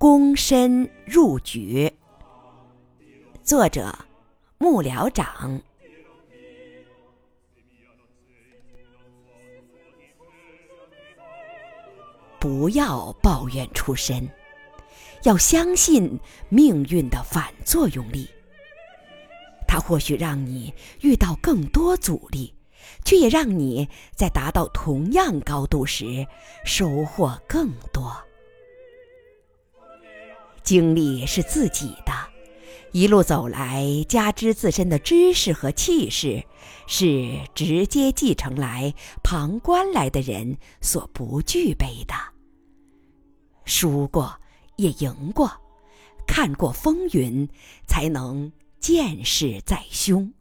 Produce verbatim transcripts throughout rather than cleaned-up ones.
躬身入局，作者幕僚长。不要抱怨出身，要相信命运的反作用力。它或许让你遇到更多阻力，却也让你在达到同样高度时收获更多。经历是自己的，一路走来，加之自身的知识和气势，是直接继承来、旁观来的人所不具备的。输过，也赢过，看过风云，才能见识在胸。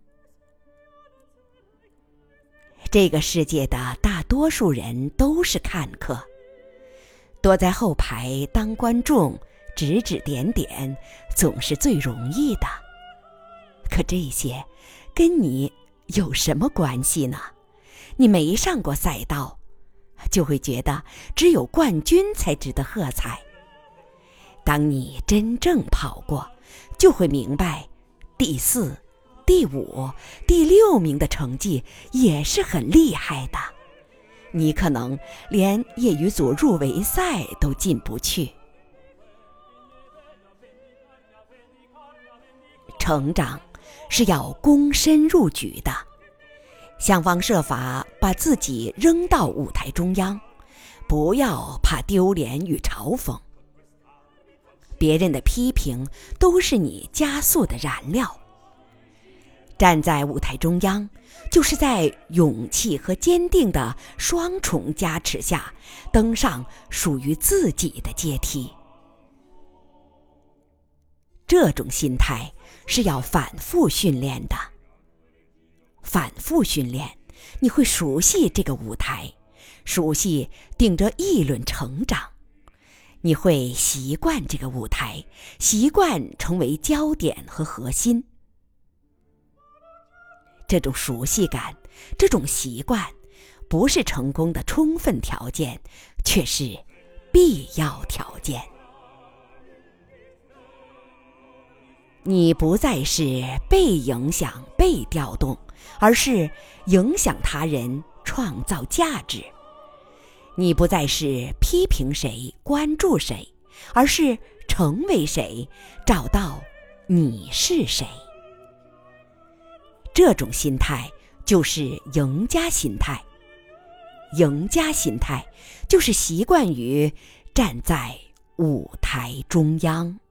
这个世界的大多数人都是看客，躲在后排当观众，指指点点，总是最容易的。可这些跟你有什么关系呢？你没上过赛道，就会觉得只有冠军才值得喝彩。当你真正跑过，就会明白，第四、第五、第六名的成绩也是很厉害的。你可能连业余组入围赛都进不去。成长是要躬身入局的，想方设法把自己扔到舞台中央，不要怕丢脸与嘲讽。别人的批评都是你加速的燃料。站在舞台中央，就是在勇气和坚定的双重加持下，登上属于自己的阶梯。这种心态是要反复训练的。反复训练，你会熟悉这个舞台，熟悉顶着议论成长。你会习惯这个舞台，习惯成为焦点和核心。这种熟悉感，这种习惯，不是成功的充分条件，却是必要条件。你不再是被影响、被调动，而是影响他人，创造价值。你不再是批评谁、关注谁，而是成为谁，找到你是谁。这种心态就是赢家心态。赢家心态就是习惯于站在舞台中央。